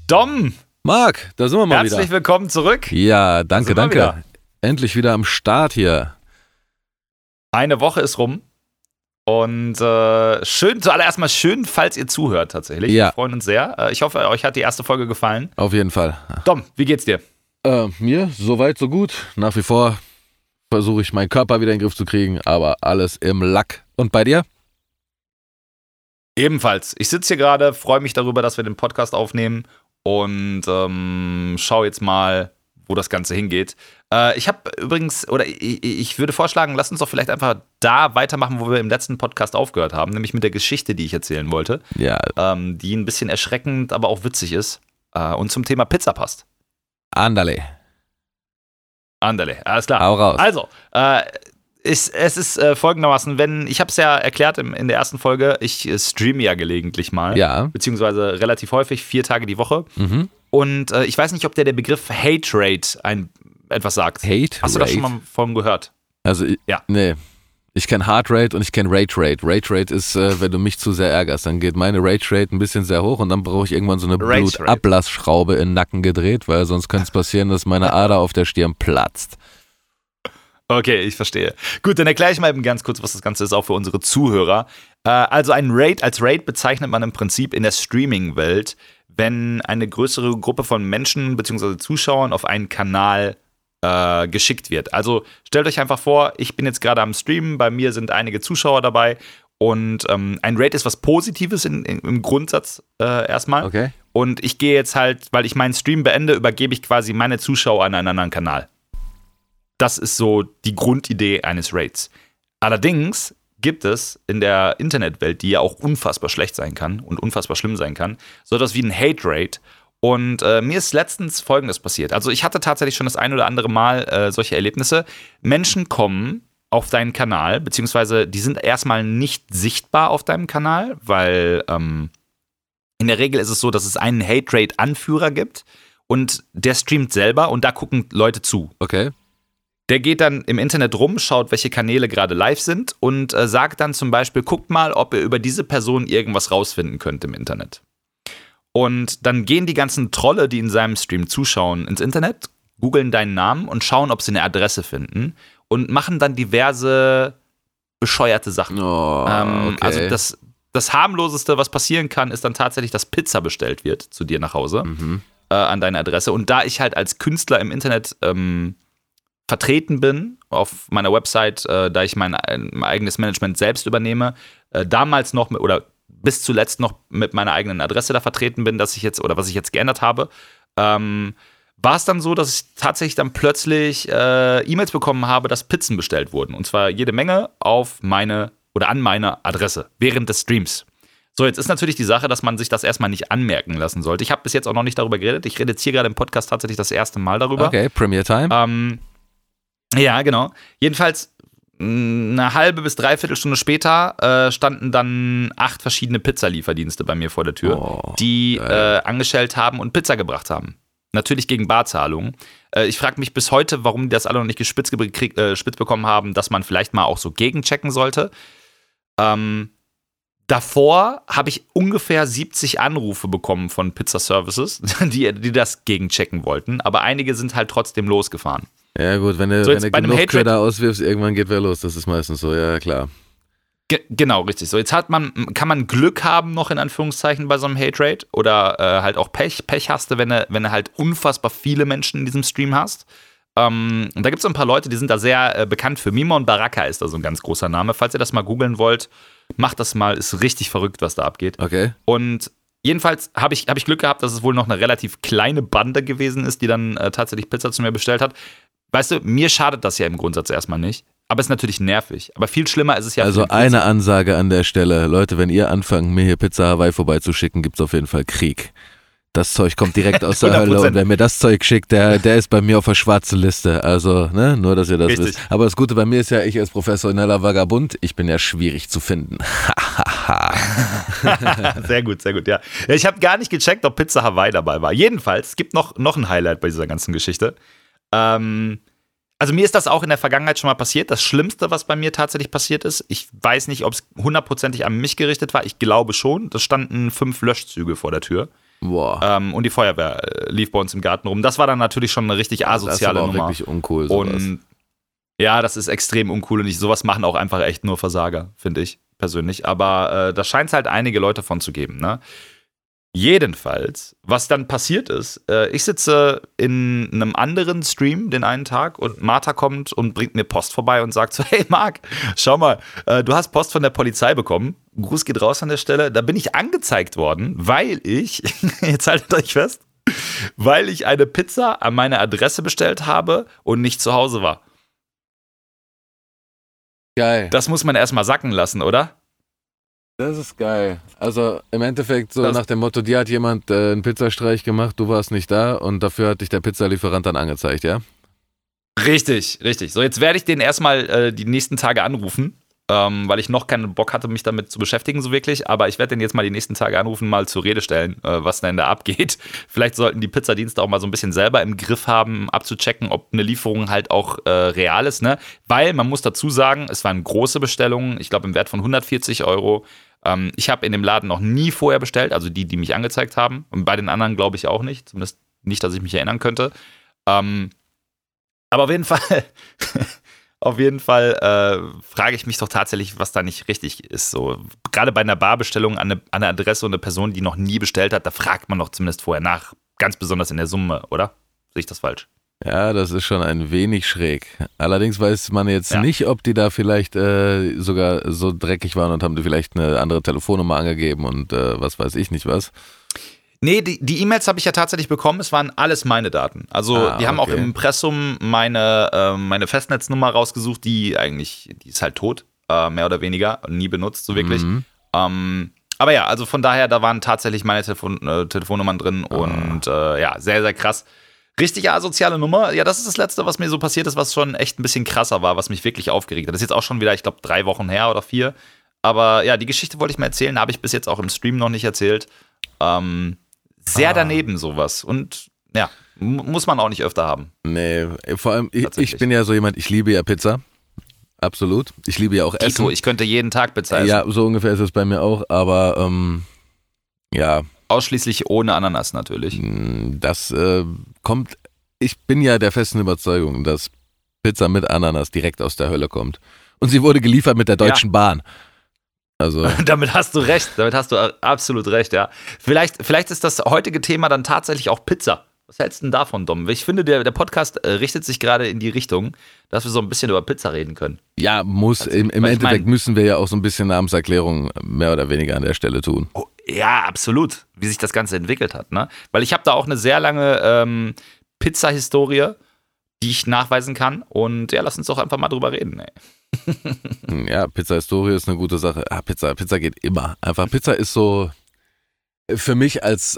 Dom! Marc, da sind wir mal wieder. Herzlich willkommen zurück. Ja, danke. Endlich wieder am Start hier. Eine Woche ist rum. Und zuallererst mal schön, falls ihr zuhört tatsächlich. Ja. Wir freuen uns sehr. Ich hoffe, euch hat die erste Folge gefallen. Auf jeden Fall. Dom, wie geht's dir? Mir soweit so gut. Nach wie vor versuche ich meinen Körper wieder in den Griff zu kriegen, aber alles im Lack. Und bei dir? Ebenfalls. Ich sitze hier gerade, freue mich darüber, dass wir den Podcast aufnehmen und schau jetzt mal, wo das Ganze hingeht. Ich habe übrigens, oder ich würde vorschlagen, lass uns doch vielleicht einfach da weitermachen, wo wir im letzten Podcast aufgehört haben, nämlich mit der Geschichte, die ich erzählen wollte, Ja. die ein bisschen erschreckend, aber auch witzig ist und zum Thema Pizza passt. Andale. Alles klar. Hau raus. Also, es ist folgendermaßen, ich habe es ja erklärt in der ersten Folge, ich streame ja gelegentlich mal, Ja. beziehungsweise relativ häufig, 4 Tage die Woche. Mhm. Und ich weiß nicht, ob der Begriff Hate Rate etwas sagt. Hate Hast du da Rate? schon mal von gehört? Also, Ja. Nee. Ich kenne Heart Rate und ich kenne Rage Rate. Rage Rate ist, wenn du mich zu sehr ärgerst, dann geht meine Rage Rate ein bisschen sehr hoch und dann brauche ich irgendwann so eine Rage Rate. Blutablassschraube in den Nacken gedreht, weil sonst könnte es passieren, dass meine Ader auf der Stirn platzt. Okay, ich verstehe. Gut, dann erkläre ich mal eben ganz kurz, was das Ganze ist, auch für unsere Zuhörer. Also ein Raid, als Raid bezeichnet man im Prinzip in der Streaming-Welt, wenn eine größere Gruppe von Menschen bzw. Zuschauern auf einen Kanal geschickt wird. Also stellt euch einfach vor, ich bin jetzt gerade am Streamen, bei mir sind einige Zuschauer dabei und ein Raid ist was Positives im Grundsatz erstmal. Okay. Und ich gehe jetzt halt, weil ich meinen Stream beende, übergebe ich quasi meine Zuschauer an einen anderen Kanal. Das ist so die Grundidee eines Raids. Allerdings gibt es in der Internetwelt, die ja auch unfassbar schlecht sein kann und unfassbar schlimm sein kann, so etwas wie ein Hate-Raid. Und mir ist letztens Folgendes passiert. Also ich hatte tatsächlich schon das ein oder andere Mal solche Erlebnisse. Menschen kommen auf deinen Kanal, beziehungsweise die sind erstmal nicht sichtbar auf deinem Kanal, weil in der Regel ist es so, dass es einen Hate-Raid-Anführer gibt und der streamt selber und da gucken Leute zu. Okay. Der geht dann im Internet rum, schaut, welche Kanäle gerade live sind und sagt dann zum Beispiel, guckt mal, ob ihr über diese Person irgendwas rausfinden könnt im Internet. Und dann gehen die ganzen Trolle, die in seinem Stream zuschauen, ins Internet, googeln deinen Namen und schauen, ob sie eine Adresse finden und machen dann diverse bescheuerte Sachen. Oh, okay. Also das harmloseste, was passieren kann, ist dann tatsächlich, dass Pizza bestellt wird zu dir nach Hause an deine Adresse. Und da ich halt als Künstler im Internet vertreten bin auf meiner Website, da ich mein eigenes Management selbst übernehme, damals noch oder bis zuletzt noch mit meiner eigenen Adresse da vertreten bin, was ich jetzt geändert habe, war es dann so, dass ich tatsächlich dann plötzlich E-Mails bekommen habe, dass Pizzen bestellt wurden. Und zwar jede Menge an meine Adresse während des Streams. So, jetzt ist natürlich die Sache, dass man sich das erstmal nicht anmerken lassen sollte. Ich habe bis jetzt auch noch nicht darüber geredet. Ich rede jetzt hier gerade im Podcast tatsächlich das erste Mal darüber. Okay, Premiere Time. Ja, genau. Jedenfalls eine halbe bis dreiviertel Stunde später standen dann 8 verschiedene Pizzalieferdienste bei mir vor der Tür, die angestellt haben und Pizza gebracht haben. Natürlich gegen Barzahlungen. Ich frage mich bis heute, warum die das alle noch nicht spitz bekommen haben, dass man vielleicht mal auch so gegenchecken sollte. Davor habe ich ungefähr 70 Anrufe bekommen von Pizza-Services, die das gegenchecken wollten, aber einige sind halt trotzdem losgefahren. Ja gut, wenn du genug Köder auswirfst, irgendwann geht wer los. Das ist meistens so, ja klar. Genau, richtig. So, jetzt kann man Glück haben noch in Anführungszeichen bei so einem Hate-Rate oder halt auch Pech. Pech hast du, wenn du halt unfassbar viele Menschen in diesem Stream hast. Und da gibt es so ein paar Leute, die sind da sehr bekannt für. Mimon Baraka ist da so ein ganz großer Name. Falls ihr das mal googeln wollt, macht das mal. Ist richtig verrückt, was da abgeht. Okay. Und jedenfalls habe ich Glück gehabt, dass es wohl noch eine relativ kleine Bande gewesen ist, die dann tatsächlich Pizza zu mir bestellt hat. Weißt du, mir schadet das ja im Grundsatz erstmal nicht. Aber es ist natürlich nervig. Aber viel schlimmer ist es ja. Also eine Ansage an der Stelle. Leute, wenn ihr anfangt, mir hier Pizza Hawaii vorbeizuschicken, gibt es auf jeden Fall Krieg. Das Zeug kommt direkt aus der Hölle und wer mir das Zeug schickt, der ist bei mir auf der schwarzen Liste. Also, ne, nur, dass ihr das wisst. Aber das Gute bei mir ist ja, ich als professioneller Vagabund, ich bin ja schwierig zu finden. Sehr gut, ja. Ich habe gar nicht gecheckt, ob Pizza Hawaii dabei war. Jedenfalls, es gibt noch ein Highlight bei dieser ganzen Geschichte. Also mir ist das auch in der Vergangenheit schon mal passiert. Das Schlimmste, was bei mir tatsächlich passiert ist, ich weiß nicht, ob es hundertprozentig an mich gerichtet war. Ich glaube schon. Da standen 5 Löschzüge vor der Tür. Boah. Und die Feuerwehr lief bei uns im Garten rum. Das war dann natürlich schon eine richtig asoziale Nummer. Das ist aber auch wirklich uncool, sowas. Und ja, das ist extrem uncool und sowas machen auch einfach echt nur Versager, finde ich persönlich. Aber da scheint es halt einige Leute von zu geben, ne? Jedenfalls, was dann passiert ist, ich sitze in einem anderen Stream den einen Tag und Martha kommt und bringt mir Post vorbei und sagt so, hey Marc, schau mal, du hast Post von der Polizei bekommen. Gruß geht raus an der Stelle. Da bin ich angezeigt worden, weil ich, jetzt haltet euch fest, weil ich eine Pizza an meine Adresse bestellt habe und nicht zu Hause war. Geil. Das muss man erstmal sacken lassen, oder? Das ist geil. Also im Endeffekt so nach dem Motto, dir hat jemand einen Pizzastreich gemacht, du warst nicht da und dafür hat dich der Pizzalieferant dann angezeigt, ja? Richtig. So, jetzt werde ich den erstmal die nächsten Tage anrufen, weil ich noch keinen Bock hatte, mich damit zu beschäftigen so wirklich, aber ich werde den jetzt mal die nächsten Tage anrufen, mal zur Rede stellen, was denn da abgeht. Vielleicht sollten die Pizzadienste auch mal so ein bisschen selber im Griff haben, abzuchecken, ob eine Lieferung halt auch real ist, ne? Weil man muss dazu sagen, es waren große Bestellungen, ich glaube im Wert von 140 €. Ich habe in dem Laden noch nie vorher bestellt, also die mich angezeigt haben. Und bei den anderen glaube ich auch nicht, zumindest nicht, dass ich mich erinnern könnte. Aber auf jeden Fall frage ich mich doch tatsächlich, was da nicht richtig ist. So, gerade bei einer Barbestellung an eine Adresse und eine Person, die noch nie bestellt hat, da fragt man doch zumindest vorher nach. Ganz besonders in der Summe, oder? Sehe ich das falsch? Ja, das ist schon ein wenig schräg. Allerdings weiß man jetzt nicht, ob die da vielleicht sogar so dreckig waren und haben die vielleicht eine andere Telefonnummer angegeben und was weiß ich nicht was. Nee, die E-Mails habe ich ja tatsächlich bekommen. Es waren alles meine Daten. Also die haben auch im Impressum meine Festnetznummer rausgesucht, die ist halt tot, mehr oder weniger, nie benutzt, so wirklich. Aber ja, also von daher, da waren tatsächlich meine Telefonnummern drin und sehr, sehr krass. Richtig asoziale Nummer. Ja, das ist das Letzte, was mir so passiert ist, was schon echt ein bisschen krasser war, was mich wirklich aufgeregt hat. Das ist jetzt auch schon wieder, ich glaube, 3 Wochen her oder 4. Aber ja, die Geschichte wollte ich mal erzählen, habe ich bis jetzt auch im Stream noch nicht erzählt. Sehr daneben sowas. Und ja, muss man auch nicht öfter haben. Nee, vor allem, ich bin ja so jemand, ich liebe ja Pizza. Absolut. Ich liebe ja auch Essen. Tito, ich könnte jeden Tag Pizza essen. Ja, so ungefähr ist es bei mir auch, aber ja. Ausschließlich ohne Ananas natürlich. Das kommt, ich bin ja der festen Überzeugung, dass Pizza mit Ananas direkt aus der Hölle kommt. Und sie wurde geliefert mit der Deutschen Bahn. Also. Damit hast du recht, damit hast du absolut recht, ja. Vielleicht ist das heutige Thema dann tatsächlich auch Pizza. Was hältst du denn davon, Dom? Ich finde, der Podcast richtet sich gerade in die Richtung, dass wir so ein bisschen über Pizza reden können. Ja, muss. Im Endeffekt müssen wir ja auch so ein bisschen Namenserklärung mehr oder weniger an der Stelle tun. Oh, ja, absolut. Wie sich das Ganze entwickelt hat, ne? Weil ich habe da auch eine sehr lange Pizza-Historie, die ich nachweisen kann. Und ja, lass uns doch einfach mal drüber reden, ey. Ja, Pizza-Historie ist eine gute Sache. Ja, Pizza geht immer. Einfach Pizza ist so für mich als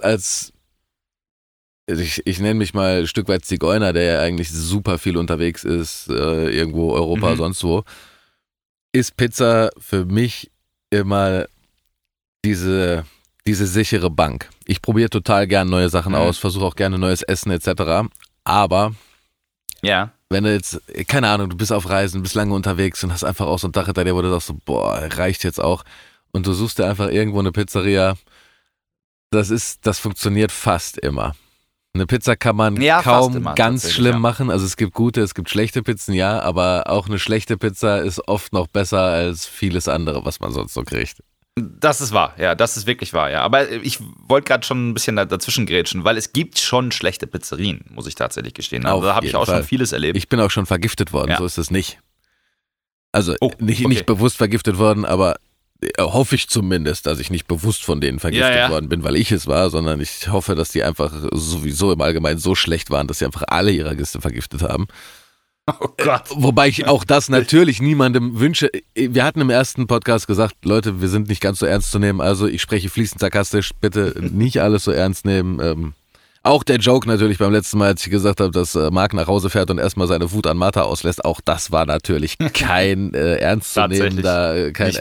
ich nenne mich mal ein Stück weit Zigeuner, der ja eigentlich super viel unterwegs ist, irgendwo Europa, sonst wo, ist Pizza für mich immer diese sichere Bank. Ich probiere total gern neue Sachen aus, versuche auch gerne neues Essen etc. Aber wenn du jetzt, keine Ahnung, du bist auf Reisen, bist lange unterwegs und hast einfach auch so einen Tag hinter dir, wo du sagst so, boah, reicht jetzt auch. Und du suchst dir einfach irgendwo eine Pizzeria. Das funktioniert fast immer. Eine Pizza kann man kaum ganz schlimm machen. Also es gibt gute, es gibt schlechte Pizzen, ja, aber auch eine schlechte Pizza ist oft noch besser als vieles andere, was man sonst so kriegt. Das ist wahr, ja, das ist wirklich wahr, ja. Aber ich wollte gerade schon ein bisschen dazwischen grätschen, weil es gibt schon schlechte Pizzerien, muss ich tatsächlich gestehen. Also da habe ich auch schon vieles erlebt. Ich bin auch schon vergiftet worden, so ist es nicht. Also nicht bewusst vergiftet worden, aber hoffe ich zumindest, dass ich nicht bewusst von denen vergiftet worden bin, weil ich es war, sondern ich hoffe, dass die einfach sowieso im Allgemeinen so schlecht waren, dass sie einfach alle ihre Gäste vergiftet haben. Oh Gott. Wobei ich auch das natürlich niemandem wünsche. Wir hatten im ersten Podcast gesagt, Leute, wir sind nicht ganz so ernst zu nehmen, also ich spreche fließend sarkastisch, bitte nicht alles so ernst nehmen. Auch der Joke natürlich beim letzten Mal, als ich gesagt habe, dass Marc nach Hause fährt und erstmal seine Wut an Martha auslässt, auch das war natürlich kein ernstzunehmender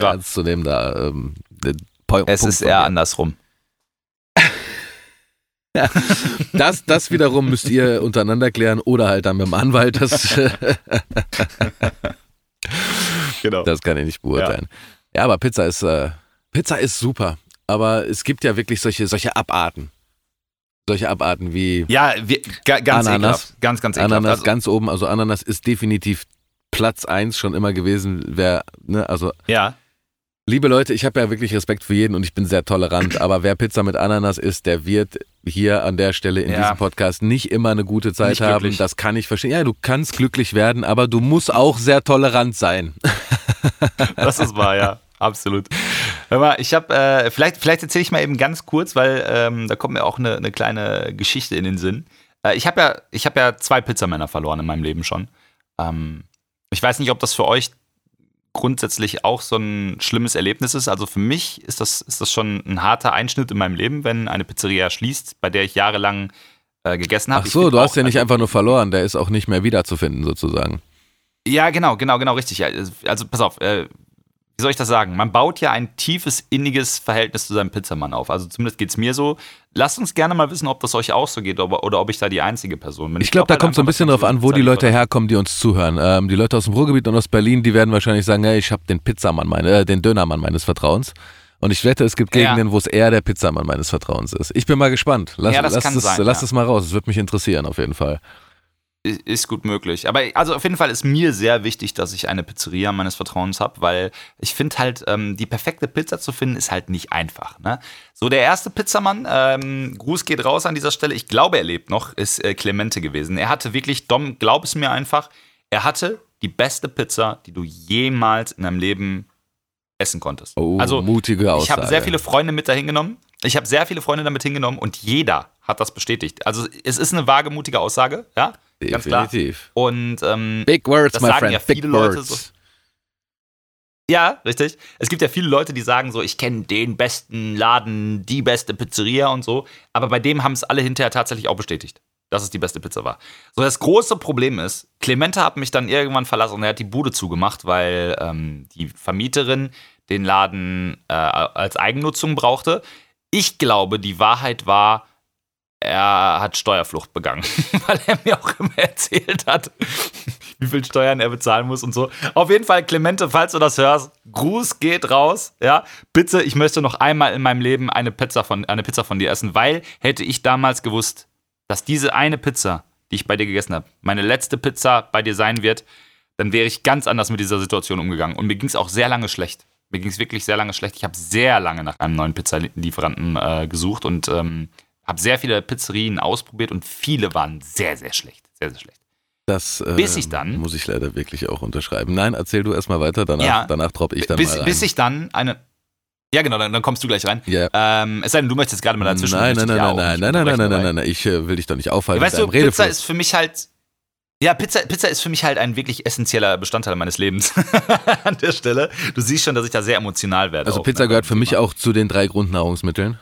Punkt. Es ist eher andersrum. Das wiederum müsst ihr untereinander klären oder halt dann mit dem Anwalt. Genau. Das kann ich nicht beurteilen. Ja, aber Pizza ist super. Aber es gibt ja wirklich solche Abarten. Solche Abarten wie Ja, ganz Ananas. ekelhaft. Ganz ekelhaft. Ananas ganz oben, also Ananas ist definitiv Platz 1 schon immer gewesen. Ja. Liebe Leute, ich habe ja wirklich Respekt für jeden und ich bin sehr tolerant, aber wer Pizza mit Ananas isst, der wird hier an der Stelle in diesem Podcast nicht immer eine gute Zeit Nicht haben. glücklich. Das kann ich verstehen. Ja, du kannst glücklich werden, aber du musst auch sehr tolerant sein. Das ist wahr, ja. Absolut. Hör mal, ich habe, vielleicht erzähle ich mal eben ganz kurz, weil da kommt mir auch eine kleine Geschichte in den Sinn. Ich habe ja 2 Pizzamänner verloren in meinem Leben schon. Ich weiß nicht, ob das für euch grundsätzlich auch so ein schlimmes Erlebnis ist. Also für mich ist das schon ein harter Einschnitt in meinem Leben, wenn eine Pizzeria schließt, bei der ich jahrelang gegessen habe. Ach so, du hast ja nicht einfach nur verloren, der ist auch nicht mehr wiederzufinden sozusagen. Ja, genau, richtig. Also pass auf, wie soll ich das sagen? Man baut ja ein tiefes, inniges Verhältnis zu seinem Pizzamann auf. Also zumindest geht es mir so. Lasst uns gerne mal wissen, ob das euch auch so geht oder ob ich da die einzige Person bin. Ich glaube, da kommt so ein bisschen drauf an, wo die Leute herkommen, die uns zuhören. Die Leute aus dem Ruhrgebiet und aus Berlin, die werden wahrscheinlich sagen, hey, ich habe den den Dönermann meines Vertrauens. Und ich wette, es gibt Gegenden, wo es eher der Pizzamann meines Vertrauens ist. Ich bin mal gespannt. Lass es mal raus. Es wird mich interessieren auf jeden Fall. Ist gut möglich. Aber also auf jeden Fall ist mir sehr wichtig, dass ich eine Pizzeria meines Vertrauens habe, weil ich finde halt, die perfekte Pizza zu finden, ist halt nicht einfach. Ne? So, der erste Pizzamann, Gruß geht raus an dieser Stelle, ich glaube, er lebt noch, ist Clemente gewesen. Er hatte wirklich, Dom, glaub es mir einfach, er hatte die beste Pizza, die du jemals in deinem Leben essen konntest. Oh, also, mutige Aussage. Ich habe sehr viele Freunde mit dahin genommen. damit hingenommen und jeder hat das bestätigt. Also es ist eine wagemutige Aussage, ja, ganz klar. Definitiv. Und Big words, das my sagen friend, ja big viele Leute words. so. Ja, richtig. Es gibt ja viele Leute, die sagen so, ich kenne den besten Laden, die beste Pizzeria und so. Aber bei dem haben es alle hinterher tatsächlich auch bestätigt, dass es die beste Pizza war. So, das große Problem ist, Clemente hat mich dann irgendwann verlassen und er hat die Bude zugemacht, weil die Vermieterin den Laden als Eigennutzung brauchte. Ich glaube, die Wahrheit war, er hat Steuerflucht begangen, weil er mir auch immer erzählt hat, wie viel Steuern er bezahlen muss und so. Auf jeden Fall, Clemente, falls du das hörst, Gruß geht raus. Ja, bitte, ich möchte noch einmal in meinem Leben eine Pizza von dir essen, weil hätte ich damals gewusst, dass diese eine Pizza, die ich bei dir gegessen habe, meine letzte Pizza bei dir sein wird, dann wäre ich ganz anders mit dieser Situation umgegangen. Und mir ging es auch sehr lange schlecht. Mir ging es wirklich sehr lange schlecht. Ich habe sehr lange nach einem neuen Pizzalieferanten gesucht und habe sehr viele Pizzerien ausprobiert und viele waren sehr, sehr schlecht. Sehr, sehr schlecht. Das bis ich dann, muss ich leider wirklich auch unterschreiben. Nein, erzähl du erstmal weiter, danach droppe ich dann mal rein. Bis ich dann eine... Ja, genau, dann kommst du gleich rein. Yeah. Es sei denn, du möchtest gerade mal dazwischen. Nein, ich will dich doch nicht aufhalten. Weißt du, Pizza ist für mich halt... Ja, Pizza ist für mich halt ein wirklich essentieller Bestandteil meines Lebens an der Stelle. Du siehst schon, dass ich da sehr emotional werde. Also Pizza gehört für mich auch zu den 3 Grundnahrungsmitteln.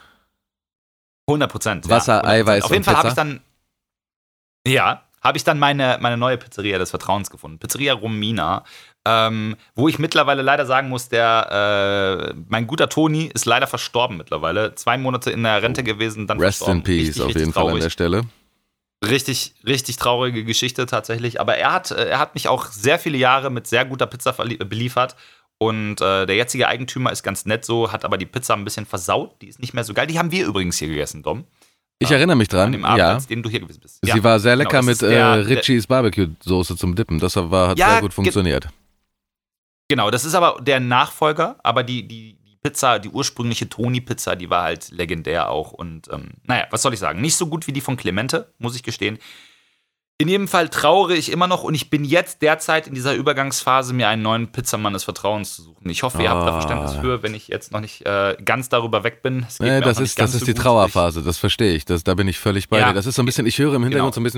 100%. Wasser, 100%. Eiweiß Auf jeden und Fall Pizza. habe ich dann meine neue Pizzeria des Vertrauens gefunden. Pizzeria Romina, wo ich mittlerweile leider sagen muss, mein guter Toni ist leider verstorben mittlerweile. 2 Monate in der Rente gewesen, dann Rest verstorben. in Peace richtig, auf jeden traurig. Fall an der Stelle. Richtig, richtig traurige Geschichte tatsächlich. Aber er hat mich auch sehr viele Jahre mit sehr guter Pizza beliefert. Und der jetzige Eigentümer ist ganz nett so, hat aber die Pizza ein bisschen versaut. Die ist nicht mehr so geil. Die haben wir übrigens hier gegessen, Dom. Ich erinnere mich dran, an dem Abend, ja. als dem du hier gewesen bist. Sie war sehr lecker genau, mit Ritchies Barbecue-Soße zum Dippen. Das hat sehr gut funktioniert. Genau, das ist aber der Nachfolger, aber die Pizza, die ursprüngliche Toni-Pizza, die war halt legendär auch. Und naja, was soll ich sagen? Nicht so gut wie die von Clemente, muss ich gestehen. In jedem Fall trauere ich immer noch und ich bin jetzt derzeit in dieser Übergangsphase, mir einen neuen Pizzamann des Vertrauens zu suchen. Ich hoffe, ihr habt da Verständnis für, wenn ich jetzt noch nicht ganz darüber weg bin. Das ist die Trauerphase, das verstehe ich. Da bin ich völlig bei dir. Das ist so ein bisschen, ich höre im Hintergrund so ein bisschen.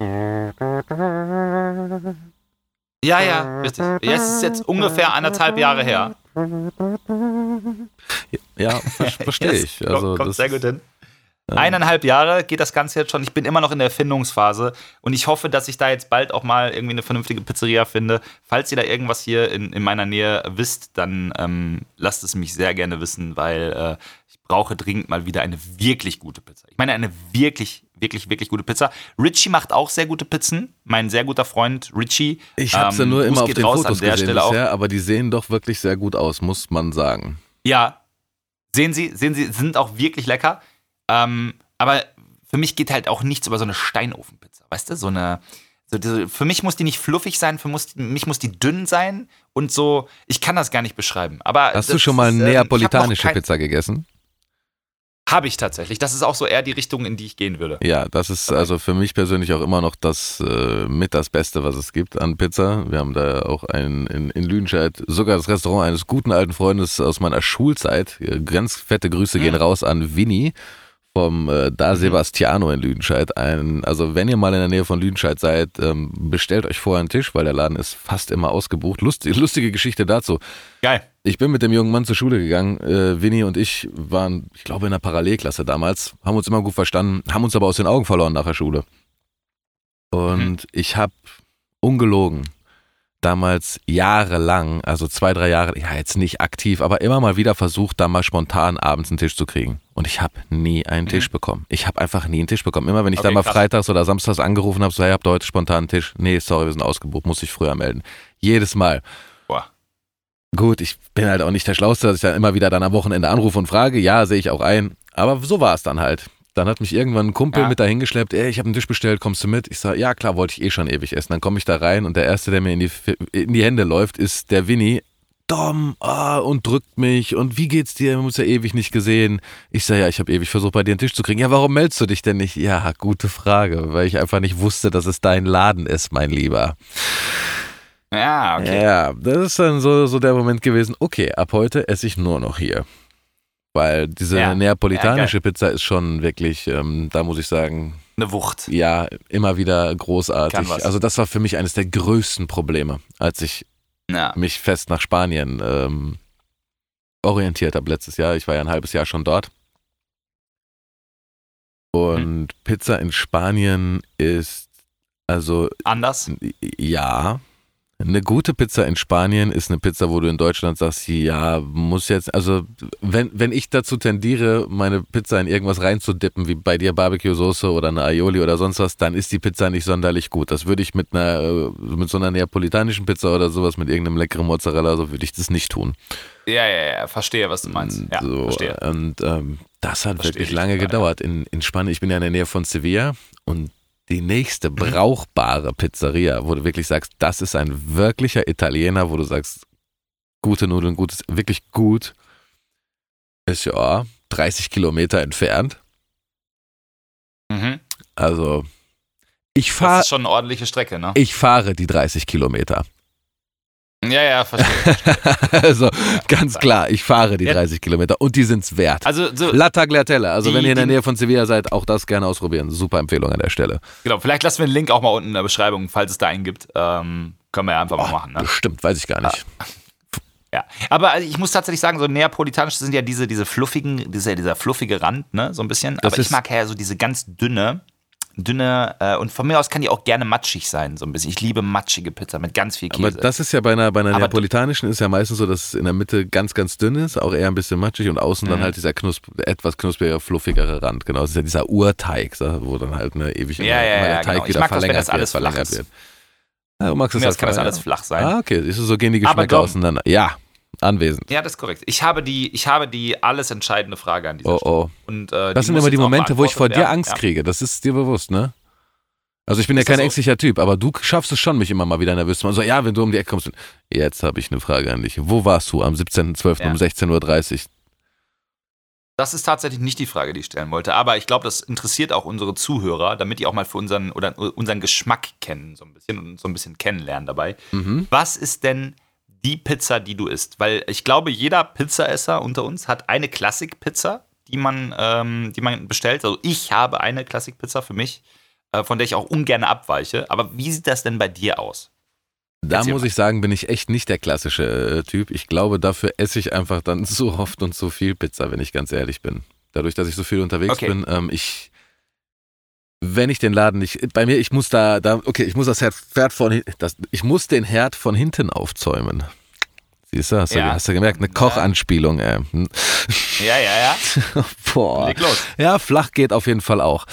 Ja, richtig. Es ist jetzt ungefähr 1,5 Jahre her. Ja, verstehe ich. Also, kommt sehr gut hin. 1,5 Jahre geht das Ganze jetzt schon. Ich bin immer noch in der Erfindungsphase und ich hoffe, dass ich da jetzt bald auch mal irgendwie eine vernünftige Pizzeria finde. Falls ihr da irgendwas hier in meiner Nähe wisst, dann lasst es mich sehr gerne wissen, weil ich brauche dringend mal wieder eine wirklich gute Pizza. Ich meine, eine wirklich, wirklich, wirklich gute Pizza. Richie macht auch sehr gute Pizzen. Mein sehr guter Freund Richie. Ich habe sie nur immer auf den Fotos gesehen bisher, aber die sehen doch wirklich sehr gut aus, muss man sagen. Ja, sehen Sie, sind auch wirklich lecker. Aber für mich geht halt auch nichts über so eine Steinofenpizza, weißt du? Für mich muss die nicht fluffig sein, für mich muss die dünn sein und so, ich kann das gar nicht beschreiben. Aber hast du schon mal eine neapolitanische Pizza gegessen? Habe ich tatsächlich. Das ist auch so eher die Richtung, in die ich gehen würde. Ja, das ist also für mich persönlich auch immer noch das Beste, was es gibt an Pizza. Wir haben da auch in Lüdenscheid sogar das Restaurant eines guten alten Freundes aus meiner Schulzeit. Ganz fette Grüße gehen raus an Vinny vom Da Sebastiano in Lüdenscheid. Also wenn ihr mal in der Nähe von Lüdenscheid seid, bestellt euch vorher einen Tisch, weil der Laden ist fast immer ausgebucht. Lustige Geschichte dazu. Geil. Ich bin mit dem jungen Mann zur Schule gegangen. Vinny und ich waren, ich glaube, in der Parallelklasse damals, haben uns immer gut verstanden, haben uns aber aus den Augen verloren nach der Schule. Und ich habe ungelogen damals jahrelang, also 2-3 Jahre, ja jetzt nicht aktiv, aber immer mal wieder versucht, da mal spontan abends einen Tisch zu kriegen. Und ich habe nie einen Tisch bekommen. Ich habe einfach nie einen Tisch bekommen. Immer wenn ich da mal freitags oder samstags angerufen habe, so, hey, habt ihr heute spontan einen Tisch? Nee, sorry, wir sind ausgebucht, muss ich früher melden. Jedes Mal. Boah. Gut, ich bin halt auch nicht der Schlauste, dass ich dann immer wieder dann am Wochenende anrufe und frage. Ja, sehe ich auch ein. Aber so war es dann halt. Dann hat mich irgendwann ein Kumpel mit dahin geschleppt. Ey, ich habe einen Tisch bestellt, kommst du mit? Ich sage, ja klar, wollte ich eh schon ewig essen. Dann komme ich da rein und der Erste, der mir in die Hände läuft, ist der Vinny. Dom, und drückt mich und wie geht's dir? Man muss ja ewig nicht gesehen. Ich sage, ja, ich habe ewig versucht, bei dir einen Tisch zu kriegen. Ja, warum meldest du dich denn nicht? Ja, gute Frage, weil ich einfach nicht wusste, dass es dein Laden ist, mein Lieber. Ja, okay. Ja, das ist dann so der Moment gewesen, okay, ab heute esse ich nur noch hier. Weil diese neapolitanische Pizza ist schon wirklich, da muss ich sagen, eine Wucht. Ja, immer wieder großartig. Also das war für mich eines der größten Probleme, als ich mich fest nach Spanien orientiert habe letztes Jahr. Ich war ja ein halbes Jahr schon dort. Und Pizza in Spanien ist also anders? Ja. Eine gute Pizza in Spanien ist eine Pizza, wo du in Deutschland sagst, ja, muss jetzt, also wenn ich dazu tendiere, meine Pizza in irgendwas reinzudippen, wie bei dir Barbecue-Soße oder eine Aioli oder sonst was, dann ist die Pizza nicht sonderlich gut. Das würde ich mit so einer neapolitanischen Pizza oder sowas, mit irgendeinem leckeren Mozzarella, so würde ich das nicht tun. Ja, verstehe, was du meinst. Ja, so, verstehe. Und das hat wirklich lange gedauert. In Spanien, ich bin ja in der Nähe von Sevilla und die nächste brauchbare Pizzeria, wo du wirklich sagst, das ist ein wirklicher Italiener, wo du sagst, gute Nudeln, wirklich gut, ist ja 30 Kilometer entfernt. Also, das ist schon eine ordentliche Strecke, ne? Ich fahre die 30 Kilometer. Ja, verstehe. Also ganz klar, ich fahre die 30 Kilometer und die sind's wert. Also so La Tagliatelle, also wenn ihr in der Nähe von Sevilla seid, auch das gerne ausprobieren. Super Empfehlung an der Stelle. Genau, vielleicht lassen wir den Link auch mal unten in der Beschreibung, falls es da einen gibt. Können wir ja einfach mal machen. Ne? Bestimmt, weiß ich gar nicht. Ja, aber ich muss tatsächlich sagen, so neapolitanisch sind ja dieser fluffige Rand, ne, so ein bisschen. Aber ich mag ja so diese ganz dünne und von mir aus kann die auch gerne matschig sein, so ein bisschen. Ich liebe matschige Pizza mit ganz viel Käse. Aber das ist ja bei einer neapolitanischen ist ja meistens so, dass es in der Mitte ganz, ganz dünn ist, auch eher ein bisschen matschig und außen dann halt dieser etwas knuspriger, fluffigere Rand. Genau, das ist ja dieser Urteig, wo dann halt ewig der Teig wieder verlängert wird. Ja, du magst das halt kann das alles flach sein. Ah, okay, so gehen die Geschmäcker auseinander. Ja. Anwesend. Ja, das ist korrekt. Ich habe die alles entscheidende Frage an dieser Stelle. Und, das sind immer die Momente, wo ich vor dir Angst kriege. Das ist dir bewusst, ne? Also ich bin ja kein ängstlicher Typ, aber du schaffst es schon, mich immer mal wieder nervös zu machen. So, ja, wenn du um die Ecke kommst. Jetzt habe ich eine Frage an dich. Wo warst du am 17.12. um 16.30 Uhr? Das ist tatsächlich nicht die Frage, die ich stellen wollte. Aber ich glaube, das interessiert auch unsere Zuhörer, damit die auch mal für unseren Geschmack kennen, so ein bisschen und so ein bisschen kennenlernen dabei. Was ist denn die Pizza, die du isst? Weil ich glaube, jeder Pizzaesser unter uns hat eine Classic-Pizza, die man bestellt. Also ich habe eine Classic-Pizza für mich, von der ich auch ungern abweiche. Aber wie sieht das denn bei dir aus? Da muss ich sagen, bin ich echt nicht der klassische Typ. Ich glaube, dafür esse ich einfach dann so oft und so viel Pizza, wenn ich ganz ehrlich bin. Dadurch, dass ich so viel unterwegs bin, wenn ich den Laden nicht, bei mir, ich muss ich muss ich muss den Herd von hinten aufzäumen. Siehst du, hast du gemerkt, eine Kochanspielung, ey. Ja. Boah. Leg los. Ja, flach geht auf jeden Fall auch.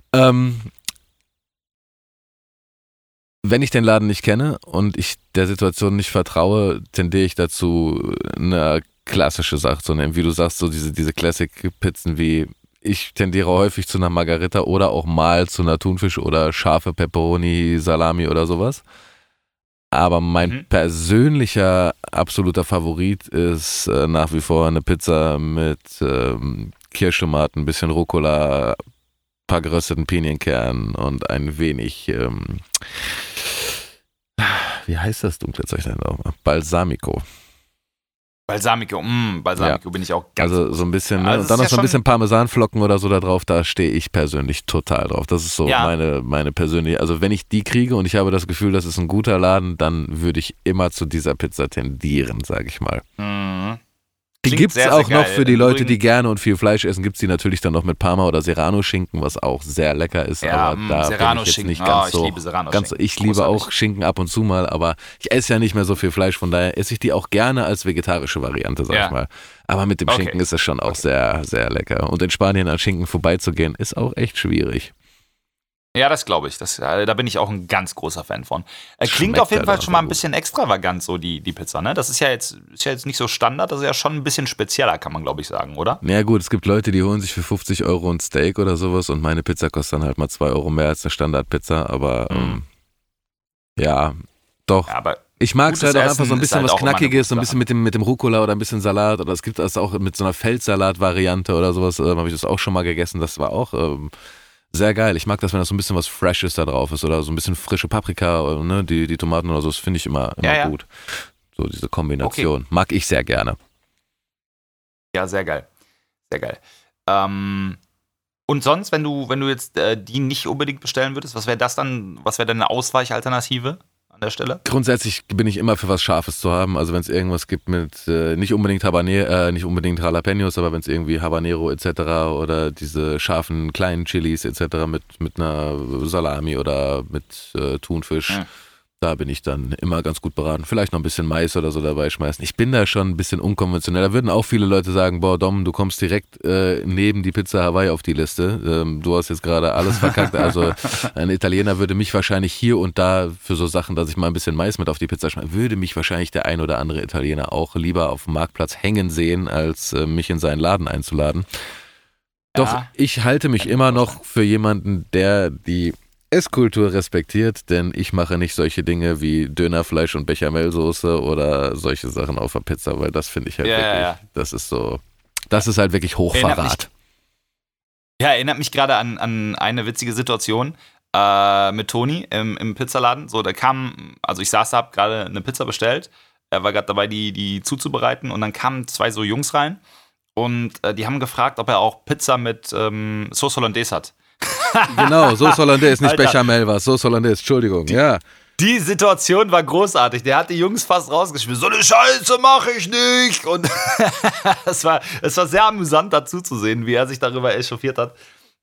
Wenn ich den Laden nicht kenne und ich der Situation nicht vertraue, tendiere ich dazu, eine klassische Sache zu nehmen. Wie du sagst, so diese Classic-Pizzen wie ich tendiere häufig zu einer Margarita oder auch mal zu einer Thunfisch oder scharfe Pepperoni, Salami oder sowas. Aber mein persönlicher absoluter Favorit ist nach wie vor eine Pizza mit Kirschtomaten, ein bisschen Rucola, paar gerösteten Pinienkernen und ein wenig, wie heißt das dunkle Zeug denn nochmal? Balsamico. Balsamico bin ich auch ganz. Also so ein bisschen, also und dann noch so ein bisschen Parmesanflocken oder so da drauf, da stehe ich persönlich total drauf. Das ist so meine persönliche, also wenn ich die kriege und ich habe das Gefühl, das ist ein guter Laden, dann würde ich immer zu dieser Pizza tendieren, sage ich mal. Mhm. Die gibt es auch noch für die Leute, die gerne und viel Fleisch essen, gibt es die natürlich dann noch mit Parma oder Serrano-Schinken, was auch sehr lecker ist. Ja, aber da bin ich jetzt nicht ganz so. Ich liebe Serrano-Schinken. Ich liebe auch Schinken ab und zu mal, aber ich esse ja nicht mehr so viel Fleisch, von daher esse ich die auch gerne als vegetarische Variante, sag ich mal. Aber mit dem Schinken ist es schon auch sehr, sehr lecker. Und in Spanien an Schinken vorbeizugehen, ist auch echt schwierig. Ja, das glaube ich. Da bin ich auch ein ganz großer Fan von. Klingt auf jeden Fall schon mal ein bisschen extravagant, so die Pizza, ne? Das ist ja jetzt nicht so Standard, das ist ja schon ein bisschen spezieller, kann man, glaube ich, sagen, oder? Ja gut, es gibt Leute, die holen sich für 50 Euro ein Steak oder sowas und meine Pizza kostet dann halt mal 2 Euro mehr als eine Standardpizza, aber ja, doch. Ja, aber ich mag es halt auch einfach so ein bisschen halt was Knackiges, so ein bisschen mit dem Rucola oder ein bisschen Salat oder es gibt das auch mit so einer Feldsalat-Variante oder sowas, habe ich das auch schon mal gegessen, das war auch sehr geil. Ich mag das, wenn das so ein bisschen was Freshes da drauf ist oder so ein bisschen frische Paprika, ne, die Tomaten oder so, das finde ich immer gut. So diese Kombination. Mag ich sehr gerne. Ja, sehr geil. Sehr geil. Und sonst, wenn du jetzt die nicht unbedingt bestellen würdest, was wäre das dann, was wäre deine Ausweichalternative an der Stelle? Grundsätzlich bin ich immer für was Scharfes zu haben. Also wenn es irgendwas gibt mit nicht unbedingt Jalapenos, aber wenn es irgendwie Habanero etc. oder diese scharfen kleinen Chilis etc. mit einer Salami oder mit Thunfisch, da bin ich dann immer ganz gut beraten. Vielleicht noch ein bisschen Mais oder so dabei schmeißen. Ich bin da schon ein bisschen unkonventionell. Da würden auch viele Leute sagen, boah Dom, du kommst direkt neben die Pizza Hawaii auf die Liste. Du hast jetzt gerade alles verkackt. Also ein Italiener würde mich wahrscheinlich hier und da für so Sachen, dass ich mal ein bisschen Mais mit auf die Pizza schmeiße, würde mich wahrscheinlich der ein oder andere Italiener auch lieber auf dem Marktplatz hängen sehen, als mich in seinen Laden einzuladen. Doch ich halte mich immer noch für jemanden, der die Esskultur respektiert, denn ich mache nicht solche Dinge wie Dönerfleisch und Bechamelsoße oder solche Sachen auf der Pizza, weil das finde ich halt wirklich, das ist so, das ist halt wirklich Hochverrat. Erinnert mich gerade an eine witzige Situation mit Toni im Pizzaladen. So, ich saß da, hab gerade eine Pizza bestellt, er war gerade dabei, die zuzubereiten und dann kamen 2 so Jungs rein und die haben gefragt, ob er auch Pizza mit Sauce Hollandaise hat. Genau, Sauce Hollandaise, nicht Bechamel war, Sauce Hollandaise, Entschuldigung, Die Situation war großartig, der hat die Jungs fast rausgeschmissen, so eine Scheiße mache ich nicht und es war sehr amüsant dazu zu sehen, wie er sich darüber echauffiert hat,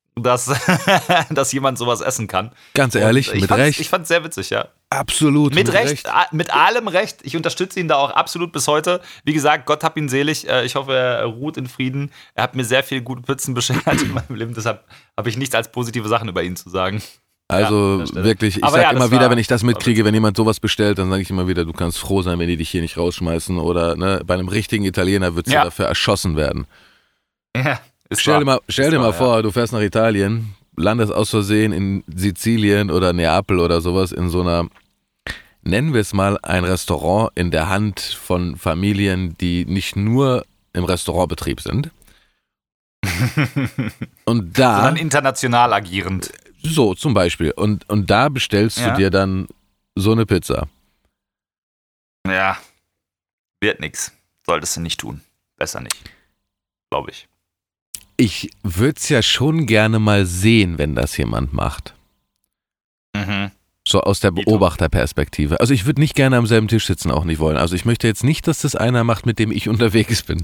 dass jemand sowas essen kann. Ganz ehrlich, mit Recht. Ich fand es sehr witzig, ja. Absolut. Mit Recht, mit allem Recht. Ich unterstütze ihn da auch absolut bis heute. Wie gesagt, Gott hab ihn selig. Ich hoffe, er ruht in Frieden. Er hat mir sehr viele gute Pizzen beschert in meinem Leben. Deshalb habe ich nichts als positive Sachen über ihn zu sagen. Also wirklich, ich sage immer wieder, wenn ich das mitkriege, wenn jemand sowas bestellt, dann sage ich immer wieder, du kannst froh sein, wenn die dich hier nicht rausschmeißen. Oder bei einem richtigen Italiener würdest du dafür erschossen werden. Ja. Stell dir mal vor, du fährst nach Italien, landest aus Versehen in Sizilien oder Neapel oder sowas in so einer, nennen wir es mal, ein Restaurant in der Hand von Familien, die nicht nur im Restaurantbetrieb sind. Und da, sondern international agierend. So, zum Beispiel. Und da bestellst du dir dann so eine Pizza. Ja, wird nix. Solltest du nicht tun. Besser nicht. Glaube ich. Ich würde es ja schon gerne mal sehen, wenn das jemand macht. So aus der Beobachterperspektive. Also ich würde nicht gerne am selben Tisch sitzen, auch nicht wollen. Also ich möchte jetzt nicht, dass das einer macht, mit dem ich unterwegs bin.